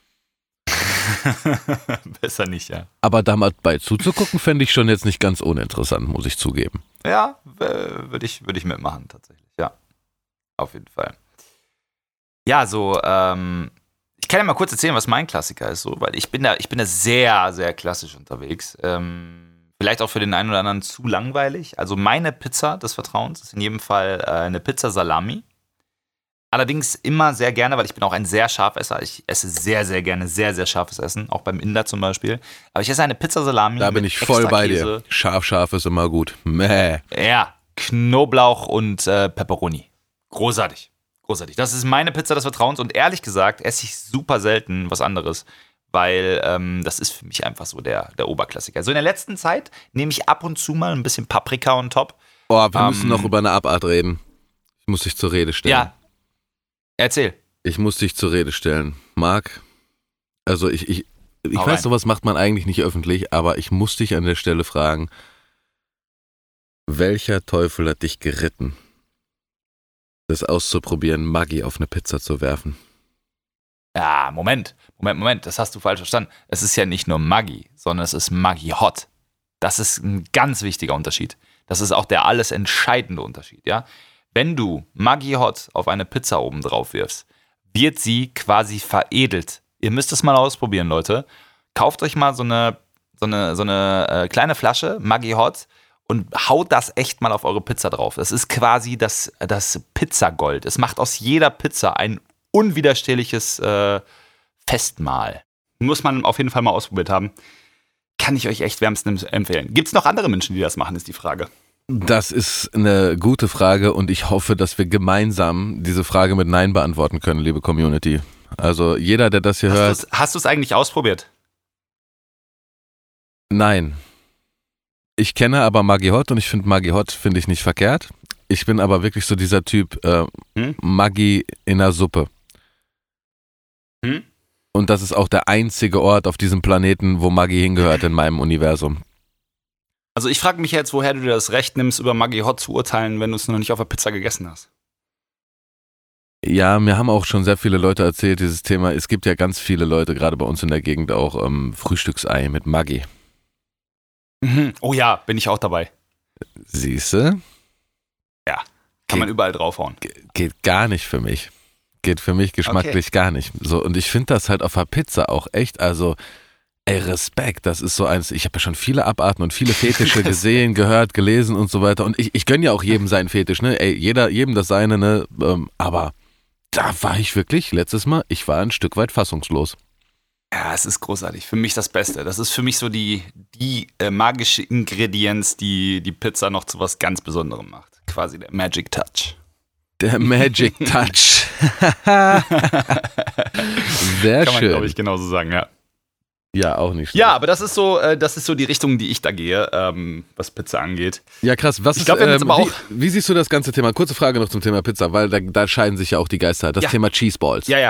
Besser nicht, ja. Aber da mal bei zuzugucken, fände ich schon jetzt nicht ganz uninteressant, muss ich zugeben. Ja, würde ich mitmachen, tatsächlich. Ja, auf jeden Fall. Ja, so, ich kann ja mal kurz erzählen, was mein Klassiker ist, so, weil ich bin da sehr, sehr klassisch unterwegs. Vielleicht auch für den einen oder anderen zu langweilig. Also meine Pizza des Vertrauens ist in jedem Fall eine Pizza Salami. Allerdings immer sehr gerne, weil ich bin auch ein sehr Scharfesser. Ich esse sehr, sehr gerne sehr, sehr scharfes Essen, auch beim Inder zum Beispiel. Aber ich esse eine Pizza-Salami. Da bin ich voll bei dir. Scharf ist immer gut. Mäh. Ja, Knoblauch und Pepperoni. Großartig. Großartig. Das ist meine Pizza des Vertrauens und ehrlich gesagt esse ich super selten was anderes, weil das ist für mich einfach so der Oberklassiker. So in der letzten Zeit nehme ich ab und zu mal ein bisschen Paprika on top. Oh, wir müssen noch über eine Abart reden. Ich muss dich zur Rede stellen. Ja, erzähl. Ich muss dich zur Rede stellen. Marc, also ich weiß, sowas macht man eigentlich nicht öffentlich, aber ich muss dich an der Stelle fragen, welcher Teufel hat dich geritten, das auszuprobieren, Maggi auf eine Pizza zu werfen? Ja, Moment, das hast du falsch verstanden. Es ist ja nicht nur Maggi, sondern es ist Maggi Hot. Das ist ein ganz wichtiger Unterschied. Das ist auch der alles entscheidende Unterschied, ja? Wenn du Maggi Hot auf eine Pizza oben drauf wirfst, wird sie quasi veredelt. Ihr müsst es mal ausprobieren, Leute. Kauft euch mal so eine kleine Flasche Maggi Hot und haut das echt mal auf eure Pizza drauf. Das ist quasi das Pizzagold. Es macht aus jeder Pizza ein unwiderstehliches Festmahl. Muss man auf jeden Fall mal ausprobiert haben. Kann ich euch echt wärmstens empfehlen. Gibt es noch andere Menschen, die das machen, ist die Frage. Das ist eine gute Frage und ich hoffe, dass wir gemeinsam diese Frage mit Nein beantworten können, liebe Community. Also jeder, der das hier hört. Hast du es eigentlich ausprobiert? Nein. Ich kenne aber Maggi Hot und ich finde Maggi Hot finde ich nicht verkehrt. Ich bin aber wirklich so dieser Typ Maggi in der Suppe. Und das ist auch der einzige Ort auf diesem Planeten, wo Maggi hingehört in meinem Universum. Also ich frage mich jetzt, woher du dir das Recht nimmst, über Maggi Hot zu urteilen, wenn du es noch nicht auf der Pizza gegessen hast. Ja, mir haben auch schon sehr viele Leute erzählt, dieses Thema. Es gibt ja ganz viele Leute, gerade bei uns in der Gegend, auch Frühstücksei mit Maggi. Oh ja, bin ich auch dabei. Siehste? Ja, kann man überall draufhauen. Geht gar nicht für mich. Geht für mich geschmacklich gar nicht. So, und ich finde das halt auf der Pizza auch echt, also ey, Respekt, das ist so eins, ich habe ja schon viele Abarten und viele Fetische gesehen, gehört, gelesen und so weiter und ich gönne ja auch jedem seinen Fetisch, ne, ey, jedem das seine, ne, aber da war ich wirklich, letztes Mal, ich war ein Stück weit fassungslos. Ja, es ist großartig, für mich das Beste, das ist für mich so die magische Ingredienz, die Pizza noch zu was ganz Besonderem macht, quasi der Magic Touch. Der Magic Touch. Sehr Kann man, schön. glaube ich, genauso sagen, ja. Ja, auch nicht schlecht. Ja, aber das ist so die Richtung, die ich da gehe, was Pizza angeht. Ja, krass. Wie siehst du das ganze Thema? Kurze Frage noch zum Thema Pizza, weil da scheiden sich ja auch die Geister. Das Thema Cheeseballs. Ja.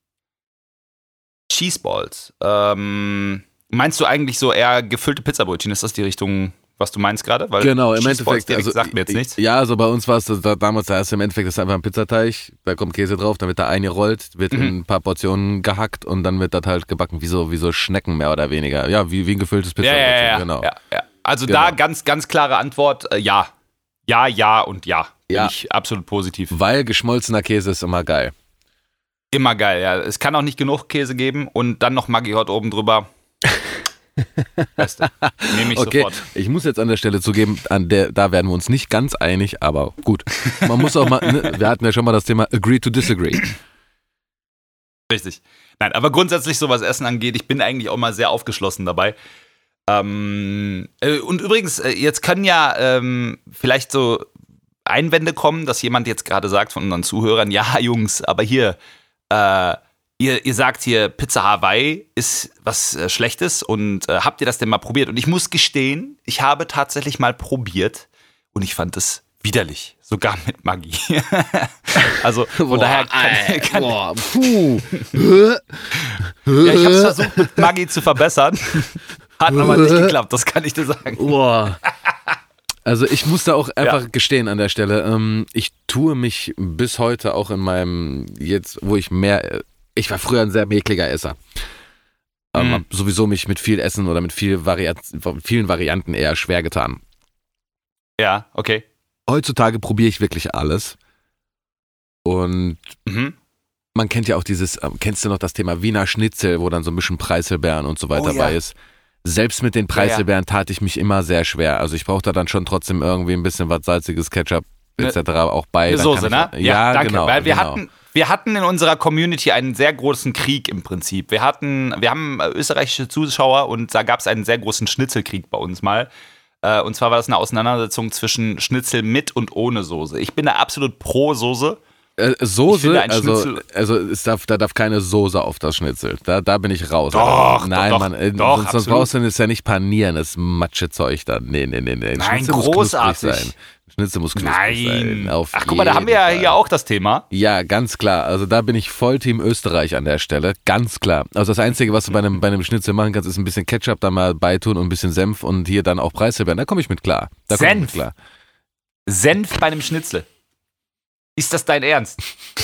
Cheeseballs. Meinst du eigentlich so eher gefüllte Pizzabrötchen? Ist das die Richtung, was du meinst gerade? Genau, im Endeffekt. Also, sagt mir jetzt nichts. Ja, also bei uns war es damals, da ist im Endeffekt das ist einfach ein Pizzateig, da kommt Käse drauf, dann wird da eingerollt, wird in ein paar Portionen gehackt und dann wird das halt gebacken, wie so Schnecken mehr oder weniger. Ja, wie ein gefülltes Pizzabrötchen, ja, genau. Ja. Also da ganz, ganz klare Antwort, ja. Ja und ja. Bin ich absolut positiv. Weil geschmolzener Käse ist immer geil. Immer geil, ja. Es kann auch nicht genug Käse geben und dann noch Maggi Hot oben drüber. Beste. Nehme ich sofort. Ich muss jetzt an der Stelle zugeben, da werden wir uns nicht ganz einig, aber gut. Man muss auch mal, ne, wir hatten ja schon mal das Thema agree to disagree. Richtig. Nein, aber grundsätzlich, so was Essen angeht, ich bin eigentlich auch mal sehr aufgeschlossen dabei. Und übrigens, jetzt können ja vielleicht so Einwände kommen, dass jemand jetzt gerade sagt von unseren Zuhörern, ja Jungs, aber hier, Ihr sagt hier, Pizza Hawaii ist was Schlechtes und habt ihr das denn mal probiert? Und ich muss gestehen, ich habe tatsächlich mal probiert und ich fand es widerlich, sogar mit Maggi. Also von daher kann ja, ich habe es versucht, mit Maggi zu verbessern, hat aber nicht geklappt, das kann ich dir sagen. Also ich muss da auch einfach gestehen an der Stelle, ich tue mich bis heute auch in meinem, jetzt wo ich war früher ein sehr mäkliger Esser. Hab sowieso mich mit viel Essen oder mit vielen Varianten eher schwer getan. Ja, okay. Heutzutage probiere ich wirklich alles. Und man kennt ja auch kennst du noch das Thema Wiener Schnitzel, wo dann so ein bisschen Preiselbeeren und so weiter dabei ist. Selbst mit den Preiselbeeren tat ich mich immer sehr schwer. Also ich brauchte dann schon trotzdem irgendwie ein bisschen was salziges, Ketchup, etc. auch bei. Eine Soße, ne? Ja, danke. genau. Weil genau. wir hatten in unserer Community einen sehr großen Krieg im Prinzip. Wir haben österreichische Zuschauer und da gab es einen sehr großen Schnitzelkrieg bei uns mal. Und zwar war das eine Auseinandersetzung zwischen Schnitzel mit und ohne Soße. Ich bin da absolut pro Soße. Soße, da darf keine Soße auf das Schnitzel. Da bin ich raus. Doch, nein, doch, Mann, doch, sonst brauchst du es ja nicht panieren, das Matschezeug da. Nee. Nein, Schnitzel großartig. Muss sein. Schnitzel muss knusprig sein. Ach, guck mal, da haben wir ja hier auch das Thema. Ja, ganz klar. Also da bin ich voll Team Österreich an der Stelle. Ganz klar. Also das Einzige, was du bei einem Schnitzel machen kannst, ist ein bisschen Ketchup da mal beitun und ein bisschen Senf und hier dann auch Preiselbeeren. Da komme ich mit klar. Senf bei einem Schnitzel. Ist das dein Ernst?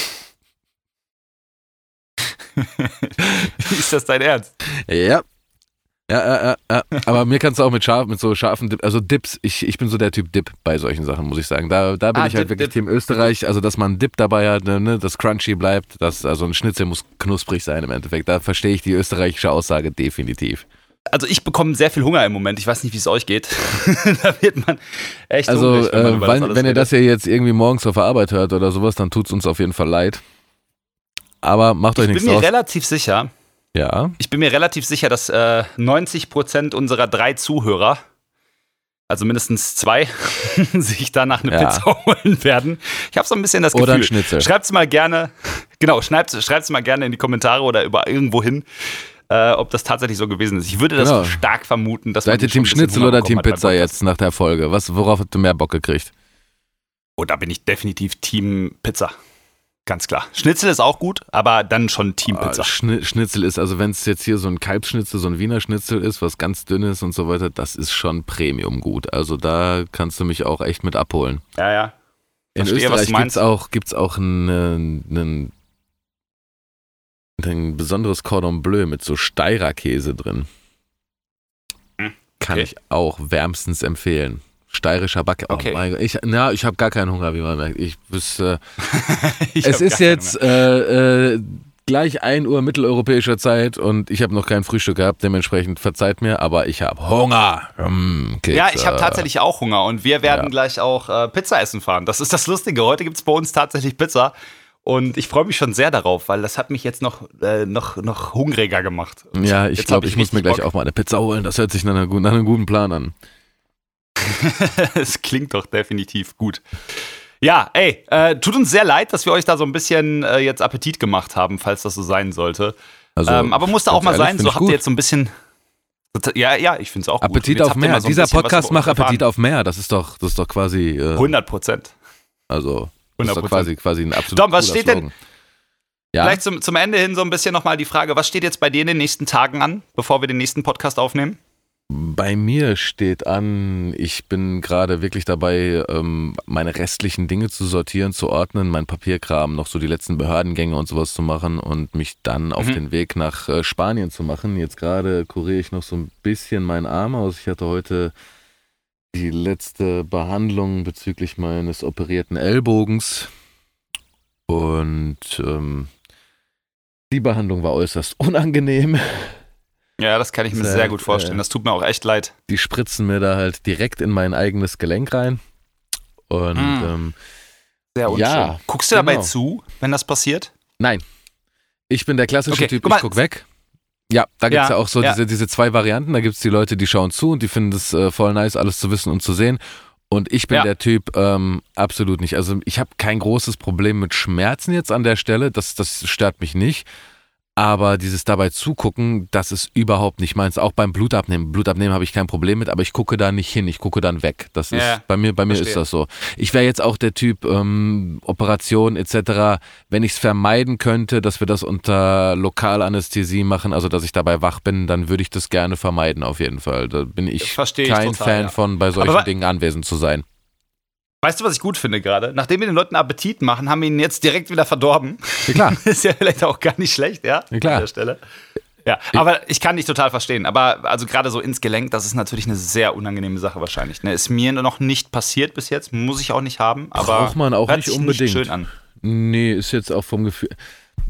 Ist das dein Ernst? Ja. Ja. Aber mir kannst du auch mit so scharfen Dips, also Dips, ich bin so der Typ Dip bei solchen Sachen, muss ich sagen. Da bin ich halt wirklich Team Österreich, also dass man einen Dip dabei hat, ne, das crunchy bleibt, also ein Schnitzel muss knusprig sein im Endeffekt. Da verstehe ich die österreichische Aussage definitiv. Also ich bekomme sehr viel Hunger im Moment. Ich weiß nicht, wie es euch geht. Da wird man echt hungrig. Also wenn ihr das ja ja jetzt irgendwie morgens auf der Arbeit hört oder sowas, dann tut es uns auf jeden Fall leid. Aber macht euch nichts draus. Ich bin mir relativ sicher, dass 90% unserer 3 Zuhörer, also mindestens 2, sich danach eine Pizza holen werden. Ich habe so ein bisschen das Gefühl. Oder ein Schnitzel. Schreibt's mal gerne, schreibt's mal gerne in die Kommentare oder irgendwo hin. Ob das tatsächlich so gewesen ist. Ich würde das stark vermuten, dass Seid ihr Team Schnitzel oder Team Pizza jetzt nach der Folge? Worauf habt ihr mehr Bock gekriegt? Oh, da bin ich definitiv Team Pizza. Ganz klar. Schnitzel ist auch gut, aber dann schon Team Pizza. Schnitzel ist, also wenn es jetzt hier so ein Kalbsschnitzel, so ein Wiener Schnitzel ist, was ganz dünn ist und so weiter, das ist schon Premium gut. Also da kannst du mich auch echt mit abholen. Ja. In Österreich gibt's auch ein besonderes Cordon Bleu mit so Steirer-Käse drin. Kann ich auch wärmstens empfehlen. Steirischer Backe. Oh mein Gott. Ich habe gar keinen Hunger, wie man merkt. Es ist jetzt gleich 1 Uhr mitteleuropäischer Zeit und ich habe noch kein Frühstück gehabt, dementsprechend verzeiht mir, aber ich habe Hunger. Ja, ich habe tatsächlich auch Hunger und wir werden gleich auch Pizza essen fahren. Das ist das Lustige. Heute gibt es bei uns tatsächlich Pizza. Und ich freue mich schon sehr darauf, weil das hat mich jetzt noch hungriger gemacht. Ja, ich glaube, ich muss mir gleich auch mal eine Pizza holen. Das hört sich nach einem guten Plan an. Es klingt doch definitiv gut. Ja, tut uns sehr leid, dass wir euch da so ein bisschen jetzt Appetit gemacht haben, falls das so sein sollte. Also, aber musste auch mal sein, so habt ihr jetzt so ein bisschen. Ja, ich finde es auch Appetit gut. auf mehr. Dieser Podcast macht Appetit auf mehr. Das ist doch quasi. 100%. Also. Das ist doch quasi ein absolut Dom, was steht Slogan. Ja? Vielleicht zum Ende hin so ein bisschen nochmal die Frage, was steht jetzt bei dir in den nächsten Tagen an, bevor wir den nächsten Podcast aufnehmen? Bei mir steht an, ich bin gerade wirklich dabei, meine restlichen Dinge zu sortieren, zu ordnen, mein Papierkram, noch so die letzten Behördengänge und sowas zu machen und mich dann auf den Weg nach Spanien zu machen. Jetzt gerade kuriere ich noch so ein bisschen meinen Arm aus. Ich hatte heute die letzte Behandlung bezüglich meines operierten Ellbogens und die Behandlung war äußerst unangenehm. Ja, das kann ich mir sehr gut vorstellen. Das tut mir auch echt leid. Die spritzen mir da halt direkt in mein eigenes Gelenk rein. Und sehr unschön. Ja, guckst du dabei zu, wenn das passiert? Nein. Ich bin der klassische Typ, ich guck weg. Ja, da gibt es ja auch so diese 2 Varianten. Da gibt es die Leute, die schauen zu und die finden es voll nice, alles zu wissen und zu sehen. Und ich bin der Typ absolut nicht. Also ich habe kein großes Problem mit Schmerzen jetzt an der Stelle. Das stört mich nicht. Aber dieses dabei zugucken, das ist überhaupt nicht meins. Auch beim Blutabnehmen. Blutabnehmen habe ich kein Problem mit, aber ich gucke da nicht hin, ich gucke dann weg. Das ist bei mir ist das so. Ich wäre jetzt auch der Typ Operation etc., wenn ich es vermeiden könnte, dass wir das unter Lokalanästhesie machen, also dass ich dabei wach bin, dann würde ich das gerne vermeiden auf jeden Fall. Da bin ich kein Fan von, bei solchen Dingen anwesend zu sein. Weißt du, was ich gut finde gerade? Nachdem wir den Leuten Appetit machen, haben wir ihn jetzt direkt wieder verdorben. Ja, klar. Ist ja vielleicht auch gar nicht schlecht, ja klar. An der Stelle. Ja, aber ich kann dich total verstehen. Aber also gerade so ins Gelenk, das ist natürlich eine sehr unangenehme Sache wahrscheinlich. Ne? Ist mir noch nicht passiert bis jetzt, muss ich auch nicht haben. Aber braucht man auch nicht unbedingt. Nicht schön an. Nee, ist jetzt auch vom Gefühl.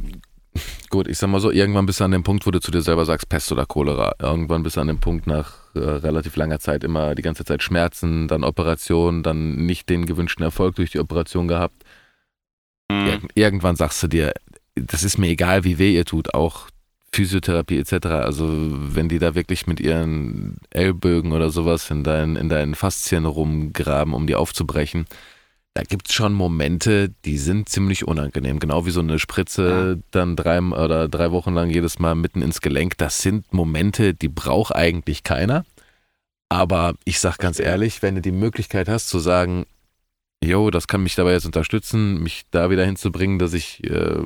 Gut, ich sag mal so, irgendwann bist du an dem Punkt, wo du zu dir selber sagst, Pest oder Cholera. Irgendwann bist du an dem Punkt nach relativ langer Zeit immer die ganze Zeit Schmerzen, dann Operation, dann nicht den gewünschten Erfolg durch die Operation gehabt. Irgendwann sagst du dir, das ist mir egal, wie weh ihr tut, auch Physiotherapie etc. Also wenn die da wirklich mit ihren Ellbögen oder sowas in deinen Faszien rumgraben, um die aufzubrechen, da gibt es schon Momente, die sind ziemlich unangenehm. Genau wie so eine Spritze dann 3 Wochen lang jedes Mal mitten ins Gelenk. Das sind Momente, die braucht eigentlich keiner. Aber ich sag ganz ehrlich, wenn du die Möglichkeit hast zu sagen, jo, das kann mich dabei jetzt unterstützen, mich da wieder hinzubringen, dass ich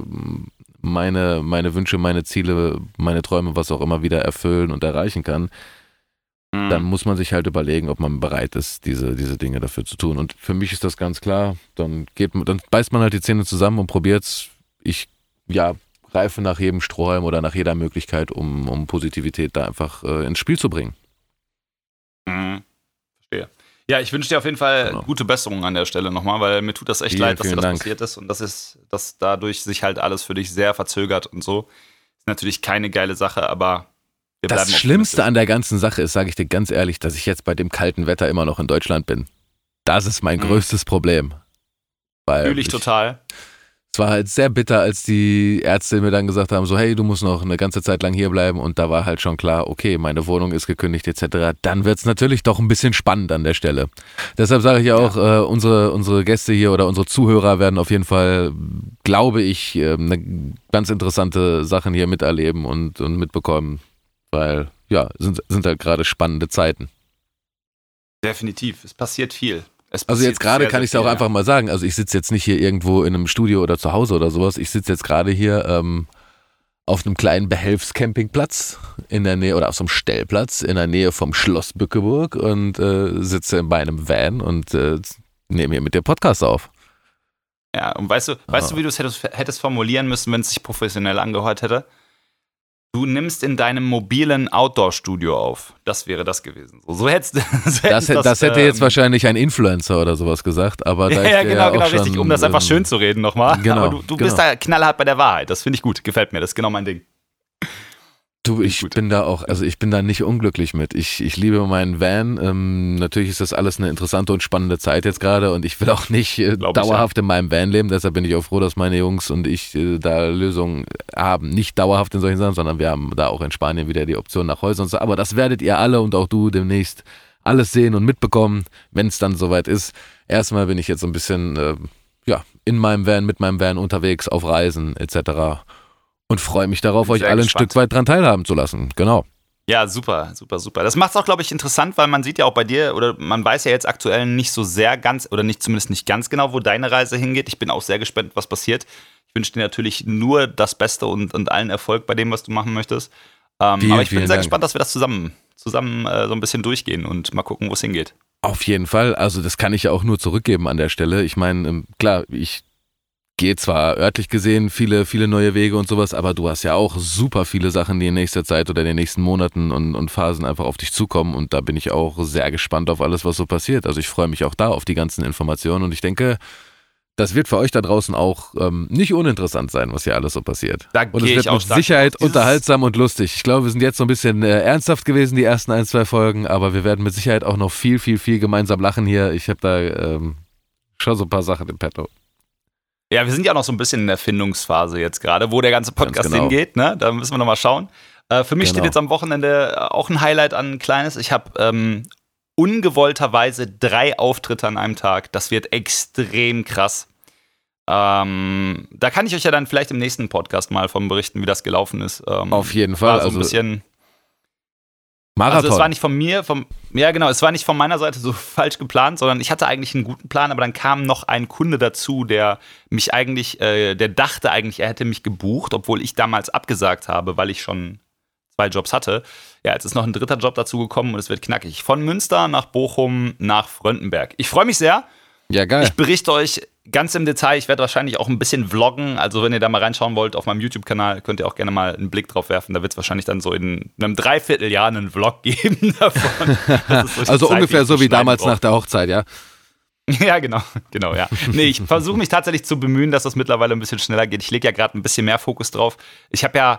meine Wünsche, meine Ziele, meine Träume, was auch immer wieder erfüllen und erreichen kann, dann muss man sich halt überlegen, ob man bereit ist, diese Dinge dafür zu tun. Und für mich ist das ganz klar, dann beißt man halt die Zähne zusammen und probiert's. Ich greife nach jedem Strohhalm oder nach jeder Möglichkeit, um Positivität da einfach ins Spiel zu bringen. Verstehe. Ja, ich wünsche dir auf jeden Fall gute Besserung an der Stelle nochmal, weil mir tut das echt leid, dass dir das passiert ist und dass dadurch sich halt alles für dich sehr verzögert und so. Ist natürlich keine geile Sache, aber wir bleiben das Schlimmste an der ganzen Sache ist, sage ich dir ganz ehrlich, dass ich jetzt bei dem kalten Wetter immer noch in Deutschland bin. Das ist mein größtes Problem. Fühle ich total. Es war halt sehr bitter, als die Ärzte mir dann gesagt haben, so hey, du musst noch eine ganze Zeit lang hier bleiben und da war halt schon klar, okay, meine Wohnung ist gekündigt etc. Dann wird es natürlich doch ein bisschen spannend an der Stelle. Deshalb sage ich ja auch, unsere Gäste hier oder unsere Zuhörer werden auf jeden Fall, glaube ich, eine ganz interessante Sachen hier miterleben und mitbekommen, weil sind halt gerade spannende Zeiten. Definitiv, es passiert viel. Also jetzt gerade kann ich es auch einfach mal sagen, also ich sitze jetzt nicht hier irgendwo in einem Studio oder zu Hause oder sowas, ich sitze jetzt gerade hier auf einem kleinen Behelfscampingplatz in der Nähe oder auf so einem Stellplatz in der Nähe vom Schloss Bückeburg und sitze in meinem Van und nehme hier mit dir Podcast auf. Ja, und weißt du, wie du es hättest formulieren müssen, wenn es sich professionell angehört hätte? Du nimmst in deinem mobilen Outdoor-Studio auf. Das wäre das gewesen. So hättest das hätte jetzt wahrscheinlich ein Influencer oder sowas gesagt, aber da genau, richtig, um das einfach schön zu reden nochmal. Genau, aber du bist da knallhart bei der Wahrheit. Das finde ich gut, gefällt mir, das ist genau mein Ding. Du, ich bin da nicht unglücklich mit. Ich liebe meinen Van. Natürlich ist das alles eine interessante und spannende Zeit jetzt gerade und ich will auch nicht dauerhaft in meinem Van leben. Deshalb bin ich auch froh, dass meine Jungs und ich da Lösungen haben. Nicht dauerhaft in solchen Sachen, sondern wir haben da auch in Spanien wieder die Option nach Häusern und so. Aber das werdet ihr alle und auch du demnächst alles sehen und mitbekommen, wenn es dann soweit ist. Erstmal bin ich jetzt so ein bisschen in meinem Van, mit meinem Van unterwegs auf Reisen etc. Und freue mich darauf, euch alle ein Stück weit dran teilhaben zu lassen. Genau. Ja, super. Das macht es auch, glaube ich, interessant, weil man sieht ja auch bei dir, oder man weiß ja jetzt aktuell nicht so sehr ganz, oder zumindest nicht ganz genau, wo deine Reise hingeht. Ich bin auch sehr gespannt, was passiert. Ich wünsche dir natürlich nur das Beste und allen Erfolg bei dem, was du machen möchtest. Aber ich bin sehr gespannt, dass wir das zusammen so ein bisschen durchgehen und mal gucken, wo es hingeht. Auf jeden Fall. Also das kann ich ja auch nur zurückgeben an der Stelle. Ich meine, klar, ich gehe zwar örtlich gesehen viele, viele neue Wege und sowas, aber du hast ja auch super viele Sachen, die in nächster Zeit oder in den nächsten Monaten und Phasen einfach auf dich zukommen und da bin ich auch sehr gespannt auf alles, was so passiert. Also ich freue mich auch da auf die ganzen Informationen und ich denke, das wird für euch da draußen auch nicht uninteressant sein, was hier alles so passiert. Und es wird mit Sicherheit unterhaltsam und lustig. Ich glaube, wir sind jetzt so ein bisschen ernsthaft gewesen, die ersten 1-2 Folgen, aber wir werden mit Sicherheit auch noch viel, viel, viel gemeinsam lachen hier. Ich habe da schon so ein paar Sachen im Petto. Ja, wir sind ja auch noch so ein bisschen in der Findungsphase jetzt gerade, wo der ganze Podcast hingeht, ne? Da müssen wir nochmal schauen. Für mich steht jetzt am Wochenende auch ein Highlight an, ein kleines. Ich habe ungewollterweise 3 Auftritte an einem Tag. Das wird extrem krass. Da kann ich euch ja dann vielleicht im nächsten Podcast mal von berichten, wie das gelaufen ist. Auf jeden Fall. So ein bisschen Marathon. Also es war nicht es war nicht von meiner Seite so falsch geplant, sondern ich hatte eigentlich einen guten Plan, aber dann kam noch ein Kunde dazu, der mich eigentlich, der dachte eigentlich, er hätte mich gebucht, obwohl ich damals abgesagt habe, weil ich schon 2 Jobs hatte. Ja, jetzt ist noch ein 3. Job dazu gekommen und es wird knackig. Von Münster nach Bochum nach Fröndenberg. Ich freue mich sehr. Ja, geil. Ich berichte euch ganz im Detail. Ich werde wahrscheinlich auch ein bisschen vloggen. Also wenn ihr da mal reinschauen wollt auf meinem YouTube-Kanal, könnt ihr auch gerne mal einen Blick drauf werfen. Da wird es wahrscheinlich dann so in einem Dreivierteljahr einen Vlog geben davon. Also ungefähr so wie damals nach der Hochzeit, ja? Ja, genau, ja. Nee, ich versuche mich tatsächlich zu bemühen, dass das mittlerweile ein bisschen schneller geht. Ich lege ja gerade ein bisschen mehr Fokus drauf. Ich habe ja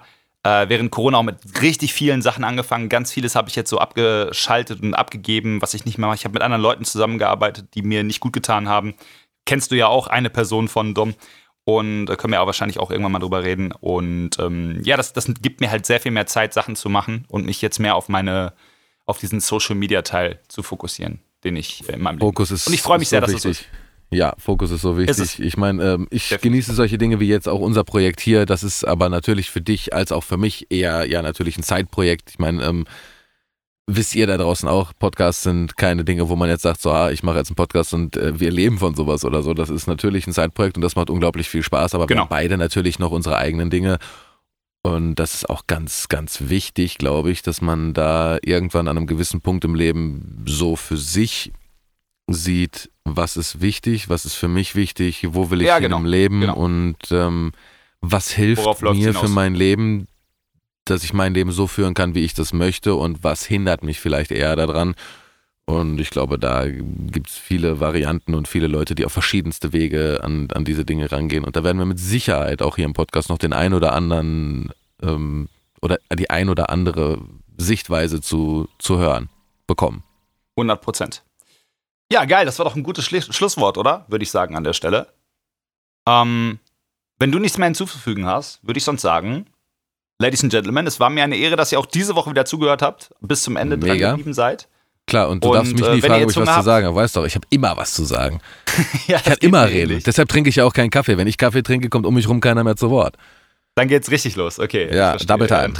während Corona auch mit richtig vielen Sachen angefangen. Ganz vieles habe ich jetzt so abgeschaltet und abgegeben, was ich nicht mehr mache. Ich habe mit anderen Leuten zusammengearbeitet, die mir nicht gut getan haben. Kennst du ja auch eine Person von Dom. Und da können wir auch wahrscheinlich auch irgendwann mal drüber reden. Und das gibt mir halt sehr viel mehr Zeit, Sachen zu machen und mich jetzt mehr auf diesen Social-Media-Teil zu fokussieren, den ich in meinem Leben habe. Und ich freue mich sehr, dass es so ist. Ja, Fokus ist so wichtig. Ich meine, ich genieße solche Dinge wie jetzt auch unser Projekt hier. Das ist aber natürlich für dich als auch für mich eher natürlich ein Zeitprojekt. Ich meine, wisst ihr da draußen auch, Podcasts sind keine Dinge, wo man jetzt sagt, so, ich mache jetzt einen Podcast und wir leben von sowas oder so. Das ist natürlich ein Zeitprojekt und das macht unglaublich viel Spaß. Aber wir haben beide natürlich noch unsere eigenen Dinge. Und das ist auch ganz, ganz wichtig, glaube ich, dass man da irgendwann an einem gewissen Punkt im Leben so für sich sieht, was ist wichtig, was ist für mich wichtig, wo will ich hin im Leben und was hilft mir für mein Leben, dass ich mein Leben so führen kann, wie ich das möchte und was hindert mich vielleicht eher daran. Und ich glaube, da gibt es viele Varianten und viele Leute, die auf verschiedenste Wege an diese Dinge rangehen. Und da werden wir mit Sicherheit auch hier im Podcast noch den ein oder anderen oder die ein oder andere Sichtweise zu hören bekommen. 100%. Ja, geil, das war doch ein gutes Schlusswort, oder? Würde ich sagen an der Stelle. Wenn du nichts mehr hinzuzufügen hast, würde ich sonst sagen, Ladies and Gentlemen, es war mir eine Ehre, dass ihr auch diese Woche wieder zugehört habt, bis zum Ende dran geblieben seid. Klar, und du darfst mich nie fragen, ob ich was zu sagen habe. Weißt doch, ich habe immer was zu sagen. Ja, ich kann immer reden. Deshalb trinke ich ja auch keinen Kaffee. Wenn ich Kaffee trinke, kommt um mich rum keiner mehr zu Wort. Dann geht's richtig los, okay. Ja, Double Time.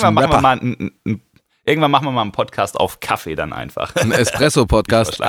Irgendwann machen wir mal einen Podcast auf Kaffee dann einfach. Ein Espresso-Podcast.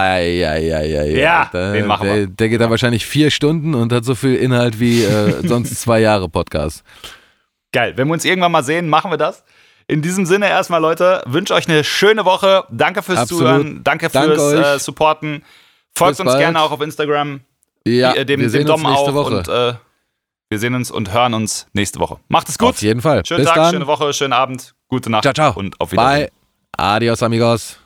Ja, den machen wir. Der geht dann wahrscheinlich 4 Stunden und hat so viel Inhalt wie sonst 2 Jahre Podcast. Geil. Wenn wir uns irgendwann mal sehen, machen wir das. In diesem Sinne erstmal, Leute, wünsche euch eine schöne Woche. Danke fürs Zuhören. Danke fürs Supporten. Folgt uns gerne auch auf Instagram. Ja, dem Dom auch. Und wir sehen uns und hören uns nächste Woche. Macht es gut. Auf jeden Fall. Schönen Tag, schöne Woche, schönen Abend, gute Nacht. Ciao, ciao. Und auf Wiedersehen. Bye. Adios, amigos.